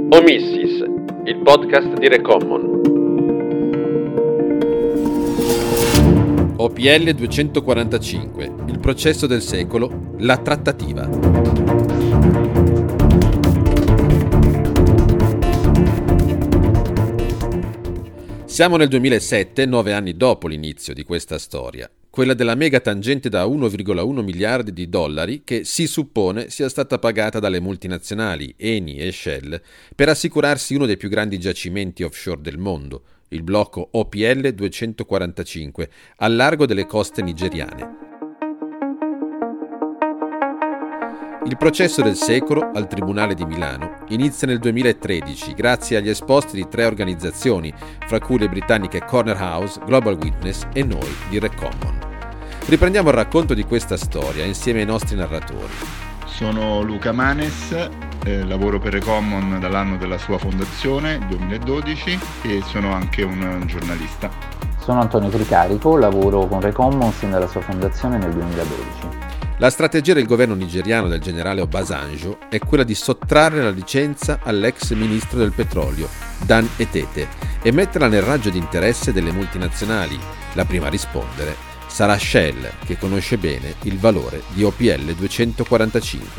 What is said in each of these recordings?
Omissis, il podcast di Recommon. OPL 245, il processo del secolo, la trattativa. Siamo nel 2007, 9 anni dopo l'inizio di questa storia, quella della mega tangente da 1,1 miliardi di dollari che si suppone sia stata pagata dalle multinazionali Eni e Shell per assicurarsi uno dei più grandi giacimenti offshore del mondo, il blocco OPL 245, al largo delle coste nigeriane. Il processo del secolo al Tribunale di Milano inizia nel 2013 grazie agli esposti di 3 organizzazioni, fra cui le britanniche Corner House, Global Witness e noi di Recommon. Riprendiamo il racconto di questa storia insieme ai nostri narratori. Sono Luca Manes, lavoro per Recommon dall'anno della sua fondazione, 2012, e sono anche un giornalista. Sono Antonio Tricarico, lavoro con Recommon sin dalla sua fondazione nel 2012. La strategia del governo nigeriano del generale Obasanjo è quella di sottrarre la licenza all'ex ministro del petrolio, Dan Etete, e metterla nel raggio di interesse delle multinazionali. La prima a rispondere sarà Shell, che conosce bene il valore di OPL 245.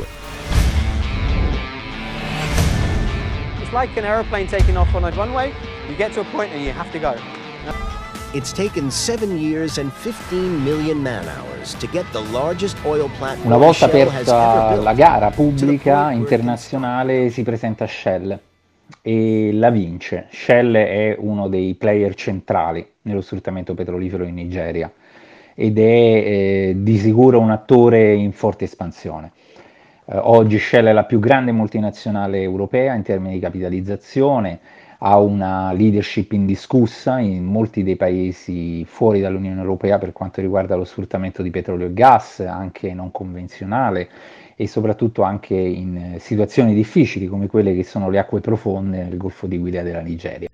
It's like an aeroplane taking off on a runway. You get to a point and you have to go. It's taken 7 years and 15 million man-hours to get the largest oil platform. Una volta Shell has ever aperta built. la gara pubblica internazionale si presenta Shell e la vince. Shell è uno dei player centrali nello sfruttamento petrolifero in Nigeria ed è di sicuro un attore in forte espansione. Oggi Shell è la più grande multinazionale europea in termini di capitalizzazione, ha una leadership indiscussa in molti dei paesi fuori dall'Unione Europea per quanto riguarda lo sfruttamento di petrolio e gas, anche non convenzionale, e soprattutto anche in situazioni difficili come quelle che sono le acque profonde nel Golfo di Guinea della Nigeria.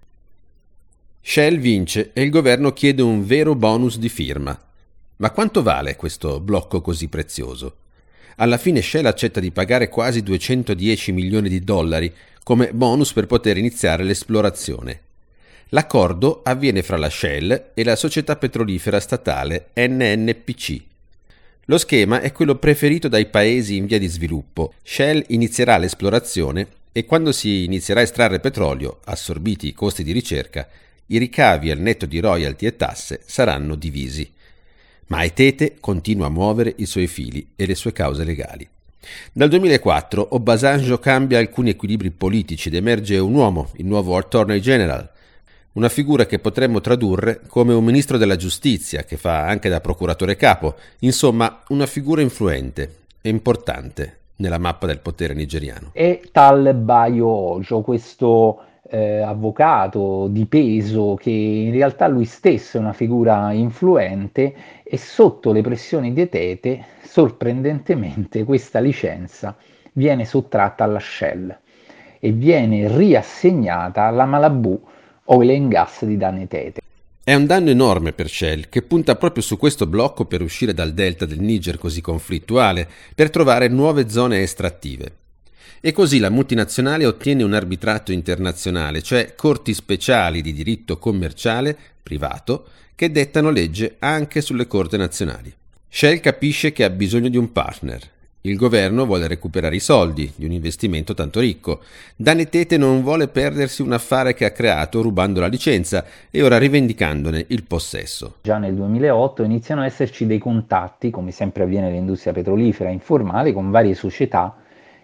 Shell vince e il governo chiede un vero bonus di firma. Ma quanto vale questo blocco così prezioso? Alla fine Shell accetta di pagare quasi 210 milioni di dollari come bonus per poter iniziare l'esplorazione. L'accordo avviene fra la Shell e la società petrolifera statale NNPC. Lo schema è quello preferito dai paesi in via di sviluppo. Shell inizierà l'esplorazione e quando si inizierà a estrarre petrolio, assorbiti i costi di ricerca, i ricavi al netto di royalty e tasse saranno divisi. Ma Etete continua a muovere i suoi fili e le sue cause legali. Dal 2004 Obasanjo cambia alcuni equilibri politici ed emerge un uomo, il nuovo Attorney General, una figura che potremmo tradurre come un ministro della giustizia che fa anche da procuratore capo, insomma una figura influente e importante nella mappa del potere nigeriano. È Tal Bayo Ojo, questo avvocato di peso che in realtà lui stesso è una figura influente e sotto le pressioni di Etete, sorprendentemente, questa licenza viene sottratta alla Shell e viene riassegnata alla Malabu Oil and Gas di Dan Etete. È un danno enorme per Shell, che punta proprio su questo blocco per uscire dal delta del Niger così conflittuale, per trovare nuove zone estrattive. E così la multinazionale ottiene un arbitrato internazionale, cioè corti speciali di diritto commerciale privato che dettano legge anche sulle corti nazionali. Shell capisce che ha bisogno di un partner. Il governo vuole recuperare i soldi di un investimento tanto ricco. Dan Etete non vuole perdersi un affare che ha creato rubando la licenza e ora rivendicandone il possesso. Già nel 2008 iniziano ad esserci dei contatti, come sempre avviene nell'industria petrolifera informale, con varie società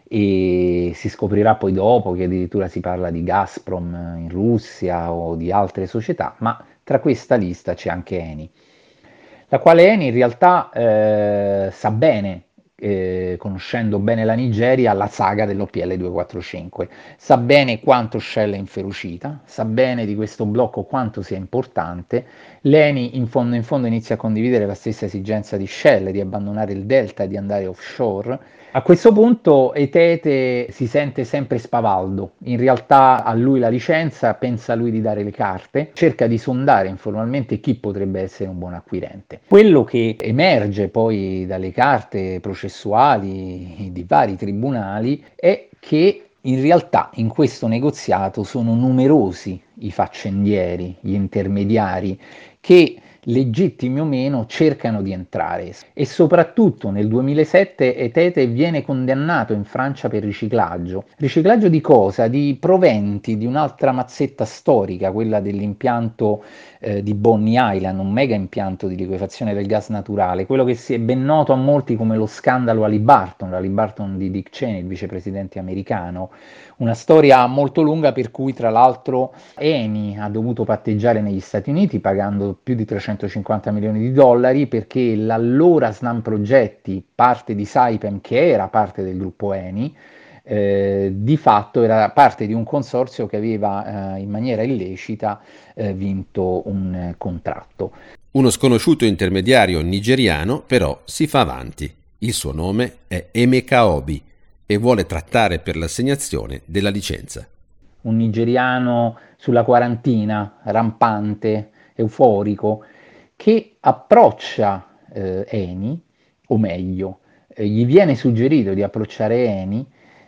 e si scoprirà poi dopo che addirittura si parla di Gazprom in Russia o di altre società, ma tra questa lista c'è anche Eni, la quale Eni in realtà sa bene, conoscendo bene la Nigeria, la saga dell'OPL 245, sa bene quanto Shell è inferocita, sa bene di questo blocco quanto sia importante. L'Eni in fondo inizia a condividere la stessa esigenza di Shell di abbandonare il delta e di andare offshore. A questo punto Etete si sente sempre spavaldo, in realtà a lui la licenza, pensa lui di dare le carte, cerca di sondare informalmente chi potrebbe essere un buon acquirente. Quello che emerge poi dalle carte processuali di vari tribunali è che In realtà in questo negoziato sono numerosi i faccendieri, gli intermediari, che legittimi o meno cercano di entrare e soprattutto nel 2007 Etete viene condannato in Francia per riciclaggio. Riciclaggio di cosa? Di proventi di un'altra mazzetta storica, quella dell'impianto di Bonny Island, un mega impianto di liquefazione del gas naturale, quello che si è ben noto a molti come lo scandalo Halliburton di Dick Cheney, il vicepresidente americano. Una storia molto lunga per cui tra l'altro Eni ha dovuto patteggiare negli Stati Uniti pagando più di 350 milioni di dollari perché l'allora Snam Progetti, parte di Saipem che era parte del gruppo Eni, di fatto era parte di un consorzio che aveva in maniera illecita vinto un contratto. Uno sconosciuto intermediario nigeriano però si fa avanti. Il suo nome è Emeka Obi e vuole trattare per l'assegnazione della licenza. Un nigeriano sulla quarantina, rampante, euforico, che approccia Eni, o meglio, gli viene suggerito di approcciare Eni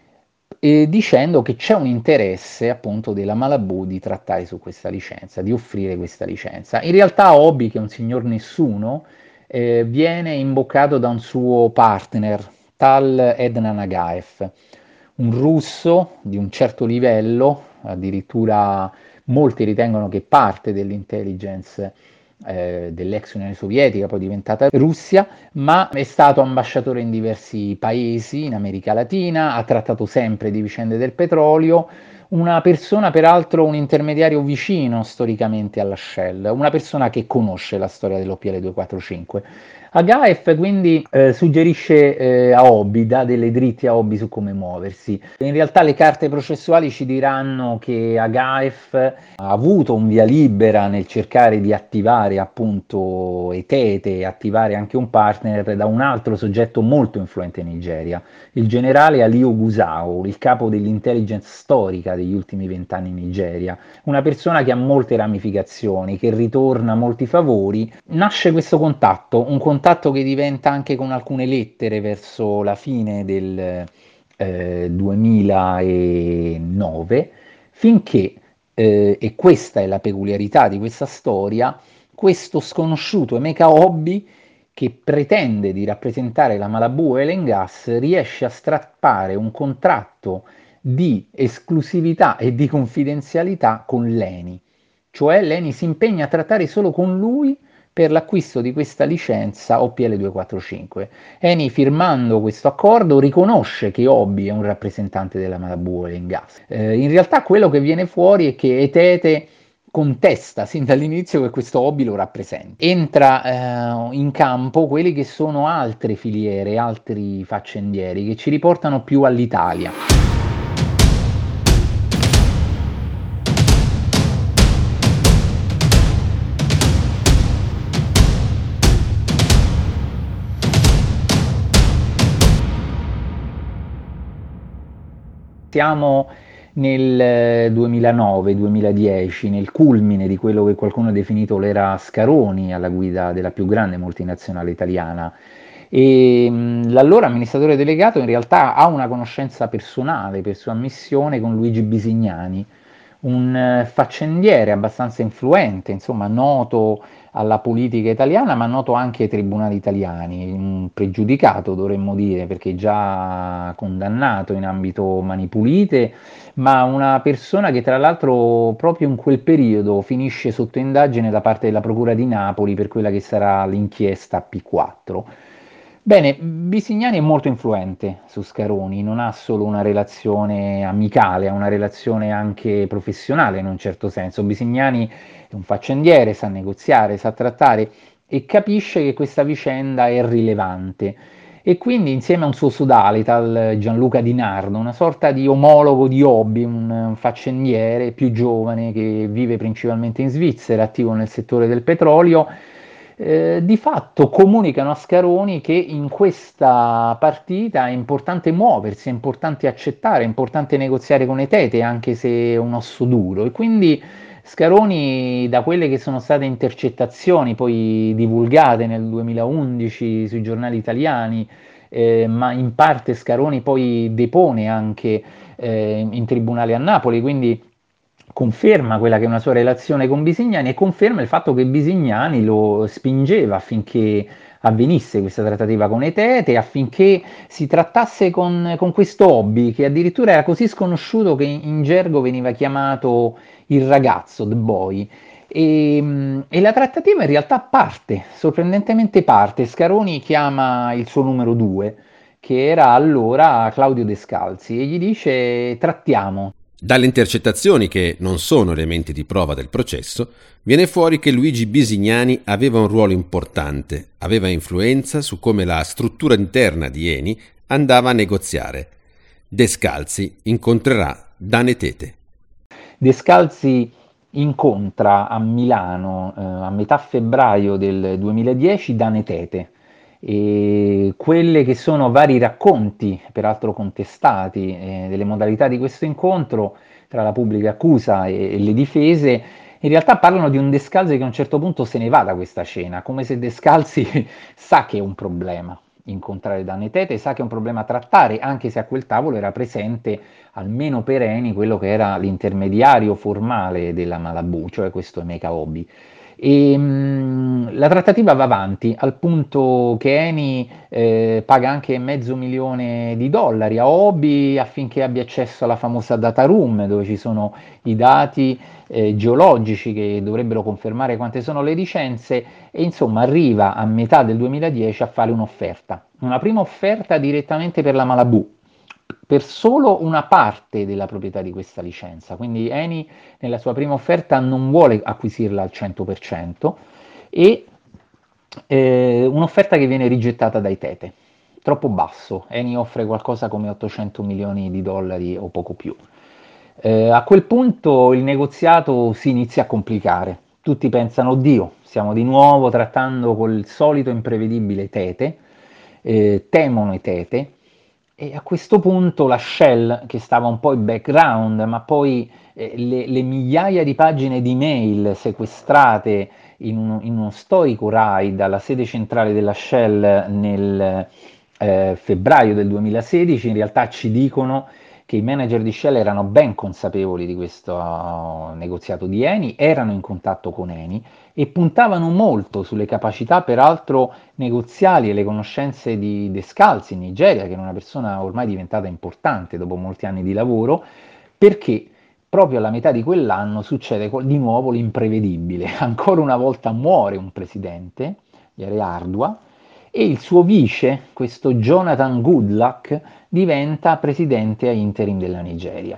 dicendo che c'è un interesse appunto della Malabù di trattare su questa licenza, di offrire questa licenza. In realtà Obi, che è un signor nessuno, viene imboccato da un suo partner, tal Edna Nagaev, un russo di un certo livello, addirittura molti ritengono che parte dell'intelligence dell'ex Unione Sovietica, poi diventata Russia, ma è stato ambasciatore in diversi paesi in America Latina, ha trattato sempre di vicende del petrolio, una persona peraltro un intermediario vicino storicamente alla Shell, una persona che conosce la storia dell'OPL 245. Agaef quindi suggerisce a Obi, dà delle dritte a Obi su come muoversi. In realtà le carte processuali ci diranno che Agaef ha avuto un via libera nel cercare di attivare appunto Etete e attivare anche un partner da un altro soggetto molto influente in Nigeria, il generale Aliyu Gusau, il capo dell'intelligence storica degli ultimi 20 anni in Nigeria, una persona che ha molte ramificazioni, che ritorna molti favori. Nasce questo contatto, un contatto che diventa anche con alcune lettere verso la fine del 2009, finché, e questa è la peculiarità di questa storia, questo sconosciuto Emeka Obi, che pretende di rappresentare la Malabù Oil and Gas, riesce a strappare un contratto di esclusività e di confidenzialità con l'Eni. Cioè l'Eni si impegna a trattare solo con lui per l'acquisto di questa licenza OPL 245. Eni, firmando questo accordo, riconosce che Obi è un rappresentante della Malabù Oil and Gas. In realtà quello che viene fuori è che Etete contesta sin dall'inizio che questo Obi lo rappresenta. Entra in campo quelli che sono altre filiere, altri faccendieri che ci riportano più all'Italia. Siamo nel 2009-2010, nel culmine di quello che qualcuno ha definito l'era Scaroni alla guida della più grande multinazionale italiana. E l'allora amministratore delegato in realtà ha una conoscenza personale per sua ammissione con Luigi Bisignani, un faccendiere abbastanza influente, insomma noto alla politica italiana, ma noto anche ai tribunali italiani, un pregiudicato dovremmo dire, perché già condannato in ambito Mani Pulite, ma una persona che tra l'altro proprio in quel periodo finisce sotto indagine da parte della Procura di Napoli per quella che sarà l'inchiesta P4. Bene, Bisignani è molto influente su Scaroni, non ha solo una relazione amicale, ha una relazione anche professionale in un certo senso. Bisignani è un faccendiere, sa negoziare, sa trattare e capisce che questa vicenda è rilevante. E quindi insieme a un suo sodale, tal Gianluca Di Nardo, una sorta di omologo di Obi, un faccendiere più giovane che vive principalmente in Svizzera, attivo nel settore del petrolio, di fatto comunicano a Scaroni che in questa partita è importante muoversi, è importante accettare, è importante negoziare con Etete, anche se è un osso duro. E quindi Scaroni, da quelle che sono state intercettazioni poi divulgate nel 2011 sui giornali italiani, ma in parte Scaroni poi depone anche in tribunale a Napoli, quindi conferma quella che è una sua relazione con Bisignani e conferma il fatto che Bisignani lo spingeva affinché avvenisse questa trattativa con Etete, affinché si trattasse con questo hobby che addirittura era così sconosciuto che in gergo veniva chiamato il ragazzo, the boy. E la trattativa in realtà parte, sorprendentemente parte. Scaroni chiama il suo numero 2, che era allora Claudio Descalzi, e gli dice trattiamo. Dalle intercettazioni, che non sono elementi di prova del processo, viene fuori che Luigi Bisignani aveva un ruolo importante, aveva influenza su come la struttura interna di Eni andava a negoziare. Descalzi incontrerà Dan Etete. Descalzi incontra a Milano a metà febbraio del 2010 Dan Etete, e quelle che sono vari racconti, peraltro contestati, delle modalità di questo incontro tra la pubblica accusa e le difese, in realtà parlano di un Descalzi che a un certo punto se ne va da questa cena, come se Descalzi sa che è un problema incontrare Dan Etete, sa che è un problema trattare, anche se a quel tavolo era presente, almeno per Eni, quello che era l'intermediario formale della Malabù, cioè questo Emeka Obi. La trattativa va avanti al punto che Eni paga anche $500,000 a Obi affinché abbia accesso alla famosa data room, dove ci sono i dati geologici che dovrebbero confermare quante sono le licenze, e insomma arriva a metà del 2010 a fare un'offerta, una prima offerta direttamente per la Malabù, per solo una parte della proprietà di questa licenza. Quindi Eni nella sua prima offerta non vuole acquisirla al 100%, e un'offerta che viene rigettata dai Tete, troppo basso. Eni offre qualcosa come $800 milioni o poco più. A quel punto il negoziato si inizia a complicare. Tutti pensano, oddio, stiamo di nuovo trattando col solito imprevedibile Tete, temono i Tete, e a questo punto la Shell, che stava un po' in background, ma poi le migliaia di pagine di mail sequestrate in uno storico raid alla sede centrale della Shell nel febbraio del 2016, in realtà ci dicono che i manager di Shell erano ben consapevoli di questo negoziato di Eni, erano in contatto con Eni e puntavano molto sulle capacità, peraltro negoziali, e le conoscenze di Descalzi in Nigeria, che era una persona ormai diventata importante dopo molti anni di lavoro, perché proprio alla metà di quell'anno succede di nuovo l'imprevedibile. Ancora una volta muore un presidente, Yere Ardua, e il suo vice, questo Jonathan Goodluck, diventa presidente a interim della Nigeria.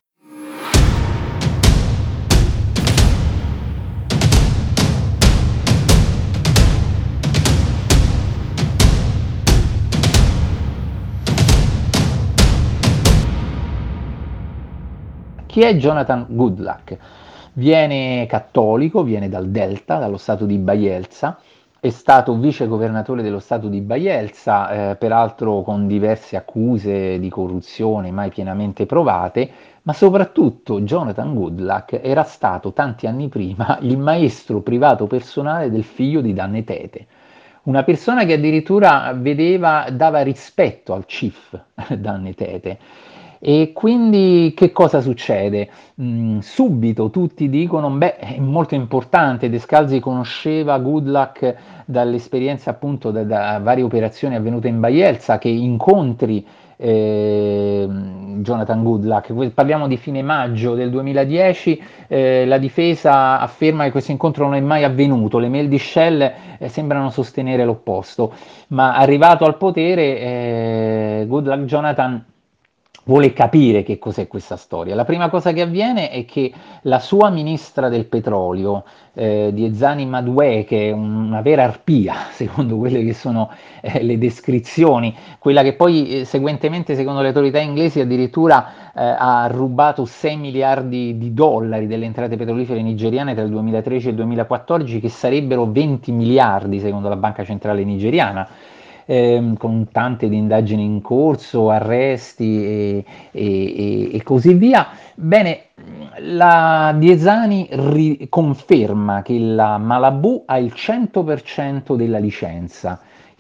Chi è Jonathan Goodluck? Viene cattolico, viene dal Delta, dallo stato di Bayelsa, è stato vice governatore dello stato di Bayelsa, peraltro con diverse accuse di corruzione mai pienamente provate, ma soprattutto Jonathan Goodluck era stato tanti anni prima il maestro privato personale del figlio di Dan Etete, una persona che addirittura dava rispetto al chief Dan Etete. E quindi che cosa succede? Subito tutti dicono, beh, è molto importante, Descalzi conosceva Goodluck dall'esperienza appunto da varie operazioni avvenute in Bayelsa, che incontri Jonathan Goodluck. Parliamo di fine maggio del 2010, la difesa afferma che questo incontro non è mai avvenuto, le mail di Shell sembrano sostenere l'opposto, ma arrivato al potere Goodluck Jonathan vuole capire che cos'è questa storia. La prima cosa che avviene è che la sua ministra del petrolio, Diezani Madueke, che è una vera arpia, secondo quelle che sono le descrizioni, quella che poi seguentemente, secondo le autorità inglesi, addirittura ha rubato $6 miliardi delle entrate petrolifere nigeriane tra il 2013 e il 2014, che sarebbero 20 miliardi secondo la Banca Centrale Nigeriana. Con tante di indagini in corso, arresti e così via. Bene, la Diezani conferma che la Malabù ha il 100% della licenza.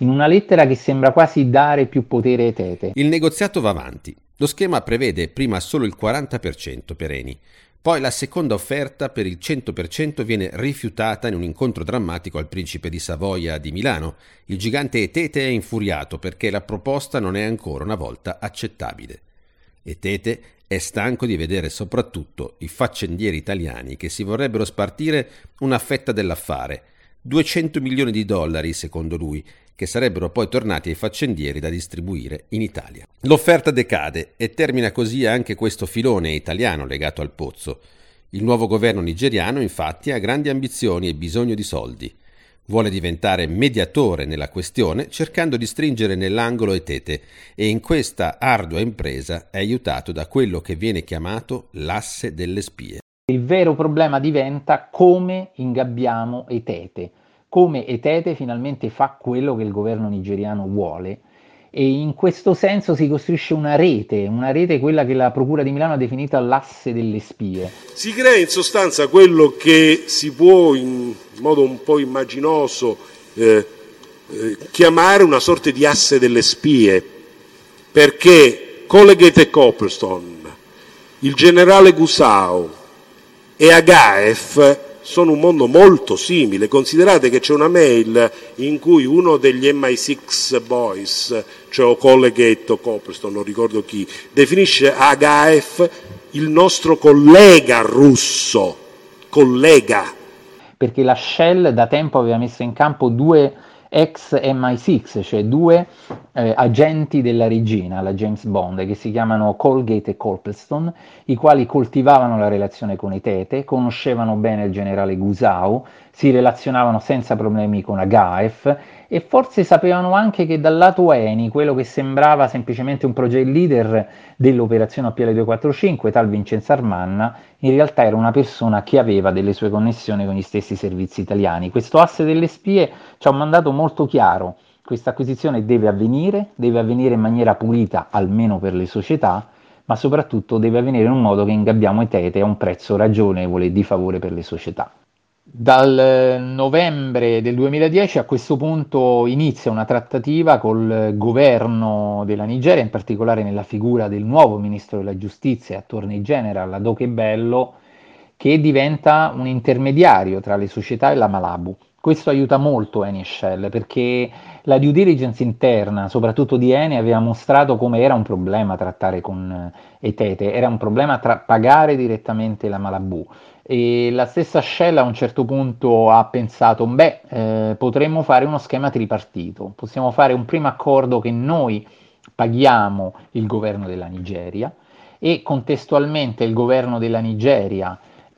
in una lettera che sembra quasi dare più potere ai Tete. Il negoziato va avanti. Lo schema prevede prima solo il 40% per Eni. Poi la seconda offerta per il 100% viene rifiutata in un incontro drammatico al Principe di Savoia di Milano. Il gigante Tete è infuriato perché la proposta non è ancora una volta accettabile. E Tete è stanco di vedere soprattutto i faccendieri italiani che si vorrebbero spartire una fetta dell'affare, 200 milioni di dollari secondo lui, che sarebbero poi tornati ai faccendieri da distribuire in Italia. L'offerta decade e termina così anche questo filone italiano legato al pozzo. Il nuovo governo nigeriano infatti ha grandi ambizioni e bisogno di soldi. Vuole diventare mediatore nella questione cercando di stringere nell'angolo Tete e in questa ardua impresa è aiutato da quello che viene chiamato l'asse delle spie. Il vero problema diventa come ingabbiamo Tete, come Tete finalmente fa quello che il governo nigeriano vuole, e in questo senso si costruisce una rete quella che la Procura di Milano ha definito l'asse delle spie. Si crea in sostanza quello che si può in modo un po' immaginoso chiamare una sorta di asse delle spie, perché Colgate e Copplestone, il generale Gusau e Agaef sono un mondo molto simile. Considerate che c'è una mail in cui uno degli MI6 boys, cioè Colgate o Copplestone, non ricordo chi, definisce Agaef il nostro collega russo, collega. Perché la Shell da tempo aveva messo in campo due ex MI6, cioè due agenti della regina, la James Bond, che si chiamano Colgate e Copplestone, i quali coltivavano la relazione con Tete, conoscevano bene il generale Gusau, si relazionavano senza problemi con Agaef e forse sapevano anche che dal lato Eni, quello che sembrava semplicemente un project leader dell'operazione APL 245, tal Vincenzo Armanna, in realtà era una persona che aveva delle sue connessioni con gli stessi servizi italiani. Questo asse delle spie ci ha un mandato molto chiaro: questa acquisizione deve avvenire in maniera pulita, almeno per le società, ma soprattutto deve avvenire in un modo che ingabbiamo Tete a un prezzo ragionevole e di favore per le società. Dal novembre del 2010 a questo punto inizia una trattativa col governo della Nigeria, in particolare nella figura del nuovo ministro della giustizia e attorney general Adoke Bello, che diventa un intermediario tra le società e la Malabu. Questo aiuta molto Eni e Shell, perché la due diligence interna, soprattutto di Eni, aveva mostrato come era un problema trattare con Tete, era un problema pagare direttamente la Malabu. E la stessa Shell a un certo punto ha pensato, potremmo fare uno schema tripartito, possiamo fare un primo accordo che noi paghiamo il governo della Nigeria e contestualmente il governo della Nigeria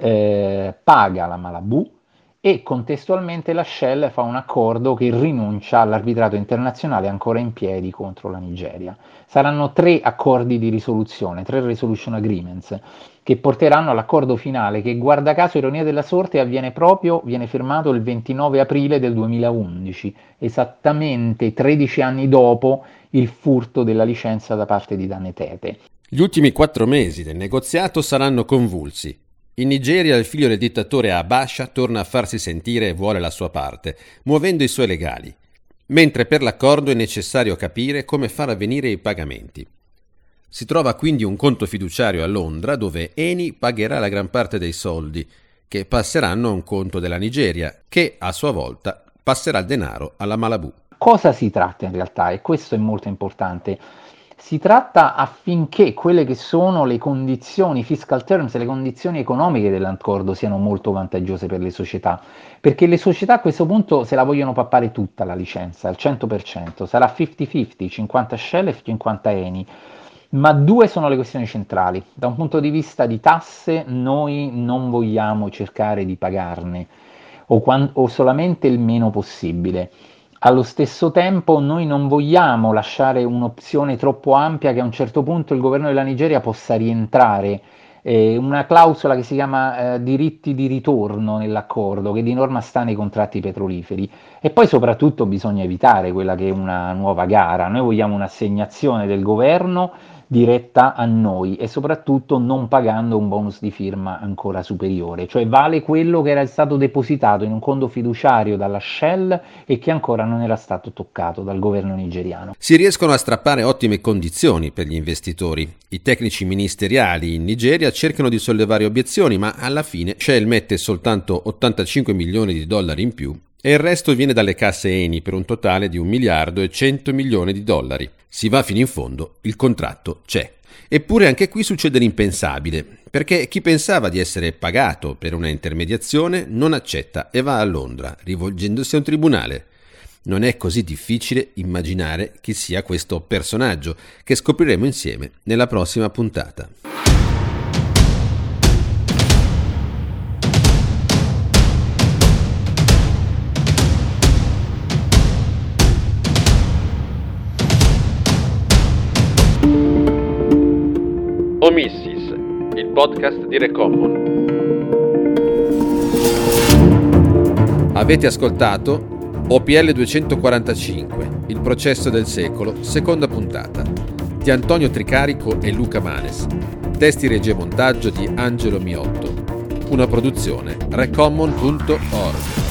paga la Malabu, e contestualmente la Shell fa un accordo che rinuncia all'arbitrato internazionale ancora in piedi contro la Nigeria. Saranno 3 accordi di risoluzione, 3 resolution agreements, che porteranno all'accordo finale che, guarda caso, ironia della sorte, viene firmato il 29 aprile del 2011, esattamente 13 anni dopo il furto della licenza da parte di Danne Tete. Gli ultimi 4 mesi del negoziato saranno convulsi. In Nigeria il figlio del dittatore Abacha torna a farsi sentire e vuole la sua parte, muovendo i suoi legali, mentre per l'accordo è necessario capire come far avvenire i pagamenti. Si trova quindi un conto fiduciario a Londra dove Eni pagherà la gran parte dei soldi, che passeranno a un conto della Nigeria, che a sua volta passerà il denaro alla Malabu. Cosa si tratta in realtà? E questo è molto importante. Si tratta affinché quelle che sono le condizioni fiscal terms, le condizioni economiche dell'accordo siano molto vantaggiose per le società, perché le società a questo punto se la vogliono pappare tutta la licenza, al 100%, sarà 50-50, 50 Shell e 50 Eni, ma 2 sono le questioni centrali. Da un punto di vista di tasse noi non vogliamo cercare di pagarne, o solamente il meno possibile. Allo stesso tempo noi non vogliamo lasciare un'opzione troppo ampia che a un certo punto il governo della Nigeria possa rientrare, una clausola che si chiama diritti di ritorno nell'accordo, che di norma sta nei contratti petroliferi. E poi soprattutto bisogna evitare quella che è una nuova gara. Noi vogliamo un'assegnazione del governo diretta a noi e soprattutto non pagando un bonus di firma ancora superiore, cioè vale quello che era stato depositato in un conto fiduciario dalla Shell e che ancora non era stato toccato dal governo nigeriano. Si riescono a strappare ottime condizioni per gli investitori. I tecnici ministeriali in Nigeria cercano di sollevare obiezioni, ma alla fine Shell mette soltanto 85 milioni di dollari in più e il resto viene dalle casse Eni per un totale di 1 miliardo e 100 milioni di dollari. Si va fino in fondo, il contratto c'è. Eppure anche qui succede l'impensabile, perché chi pensava di essere pagato per una intermediazione non accetta e va a Londra, rivolgendosi a un tribunale. Non è così difficile immaginare chi sia questo personaggio, che scopriremo insieme nella prossima puntata. Omissis, il podcast di Recommon. Avete ascoltato OPL 245, il processo del secolo, seconda puntata, di Antonio Tricarico e Luca Manes. Testi, regia e montaggio di Angelo Miotto. Una produzione recommon.org.